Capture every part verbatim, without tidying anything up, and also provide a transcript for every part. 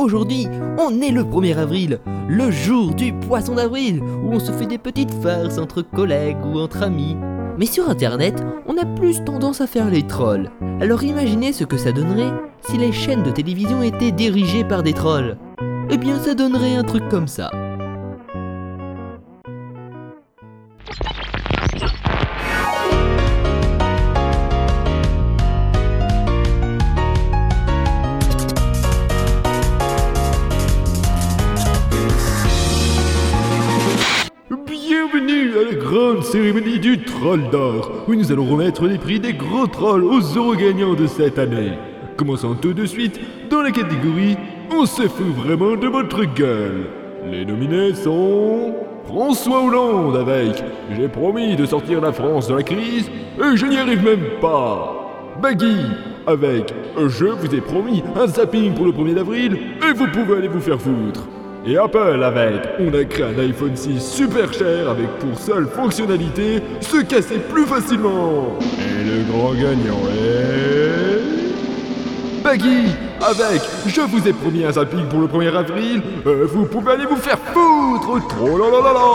Aujourd'hui, on est le premier avril, le jour du poisson d'avril, où on se fait des petites farces entre collègues ou entre amis. Mais sur internet, on a plus tendance à faire les trolls. Alors imaginez ce que ça donnerait si les chaînes de télévision étaient dirigées par des trolls. Eh bien ça donnerait un truc comme ça. Bienvenue à la grande cérémonie du Troll d'Or, où nous allons remettre les prix des gros trolls aux euros gagnants de cette année. Commençons tout de suite dans la catégorie On se fout vraiment de votre gueule. Les nominés sont François Hollande avec J'ai promis de sortir la France de la crise et je n'y arrive même pas. Baggy avec Je vous ai promis un zapping pour le premier avril et vous pouvez aller vous faire foutre. Et Apple avec On a créé un iPhone six super cher avec pour seule fonctionnalité se casser plus facilement. Et le grand gagnant est Baggy avec Je vous ai promis un zapping pour le premier avril, euh, vous pouvez aller vous faire foutre. Trop la la la la.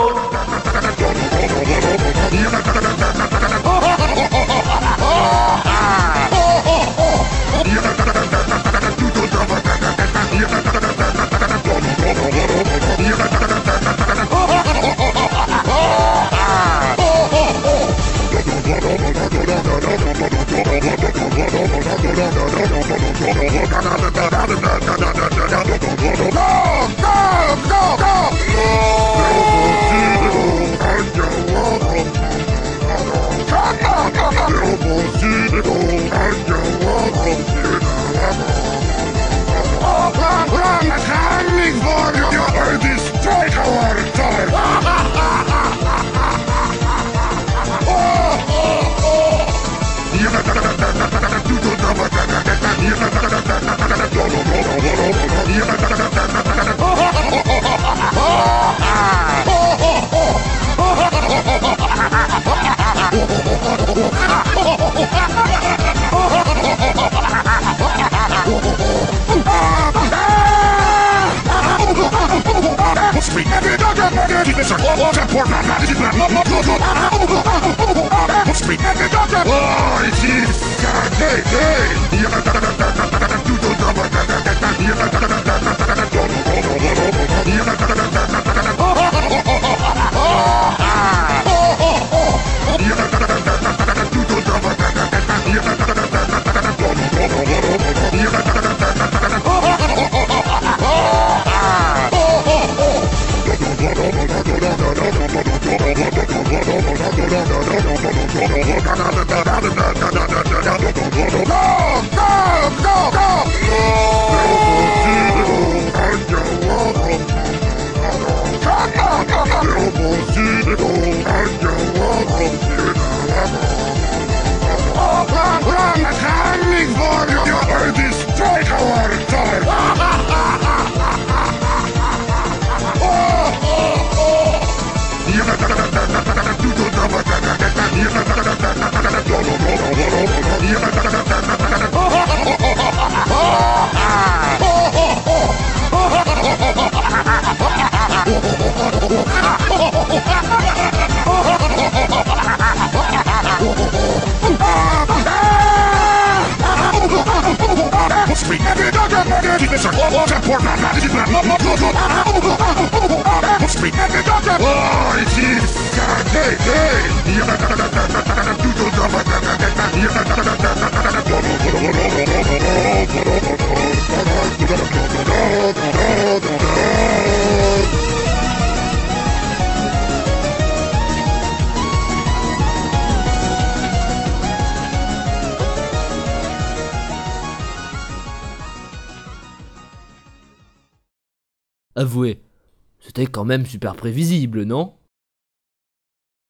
Avouez, c'était quand même super prévisible, non ?